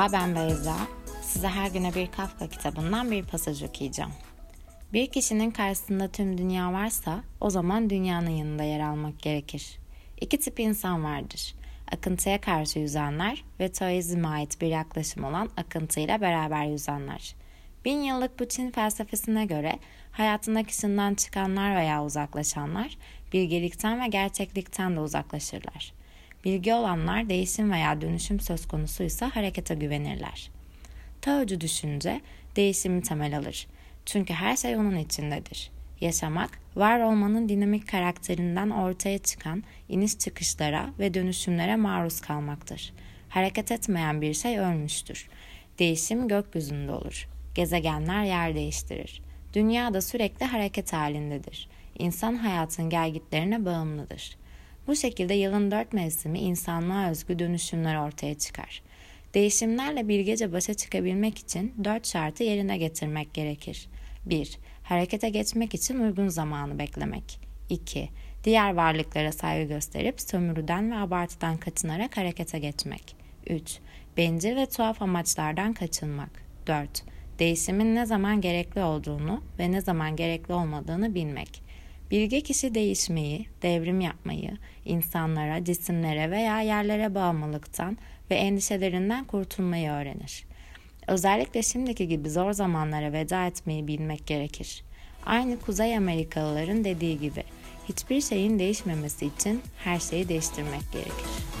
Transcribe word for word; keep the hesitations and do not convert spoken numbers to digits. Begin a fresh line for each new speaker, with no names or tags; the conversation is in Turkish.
Merhaba, ben Beyza. Size her güne bir Kafka kitabından bir pasaj okuyacağım. Bir kişinin karşısında tüm dünya varsa o zaman dünyanın yanında yer almak gerekir. İki tip insan vardır. Akıntıya karşı yüzenler ve Taoizm'e ait bir yaklaşım olan akıntıyla beraber yüzenler. Bin yıllık bu Çin felsefesine göre hayatın akışından çıkanlar veya uzaklaşanlar bilgelikten ve gerçeklikten de uzaklaşırlar. Bilgi olanlar değişim veya dönüşüm söz konusuysa harekete güvenirler. Taocu düşünce değişimi temel alır. Çünkü her şey onun içindedir. Yaşamak, var olmanın dinamik karakterinden ortaya çıkan iniş çıkışlara ve dönüşümlere maruz kalmaktır. Hareket etmeyen bir şey ölmüştür. Değişim gökyüzünde olur. Gezegenler yer değiştirir. Dünya da sürekli hareket halindedir. İnsan hayatın gelgitlerine bağımlıdır. Bu şekilde yılın dört mevsimi insanlığa özgü dönüşümler ortaya çıkar. Değişimlerle bilgece başa çıkabilmek için dört şartı yerine getirmek gerekir. bir. Harekete geçmek için uygun zamanı beklemek. iki. Diğer varlıklara saygı gösterip sömürüden ve abartıdan kaçınarak harekete geçmek. üç. Bencil ve tuhaf amaçlardan kaçınmak. dört. Değişimin ne zaman gerekli olduğunu ve ne zaman gerekli olmadığını bilmek. Bilge kişi değişmeyi, devrim yapmayı, insanlara, cisimlere veya yerlere bağımlılıktan ve endişelerinden kurtulmayı öğrenir. Özellikle şimdiki gibi zor zamanlara veda etmeyi bilmek gerekir. Aynı Kuzey Amerikalıların dediği gibi, hiçbir şeyin değişmemesi için her şeyi değiştirmek gerekir.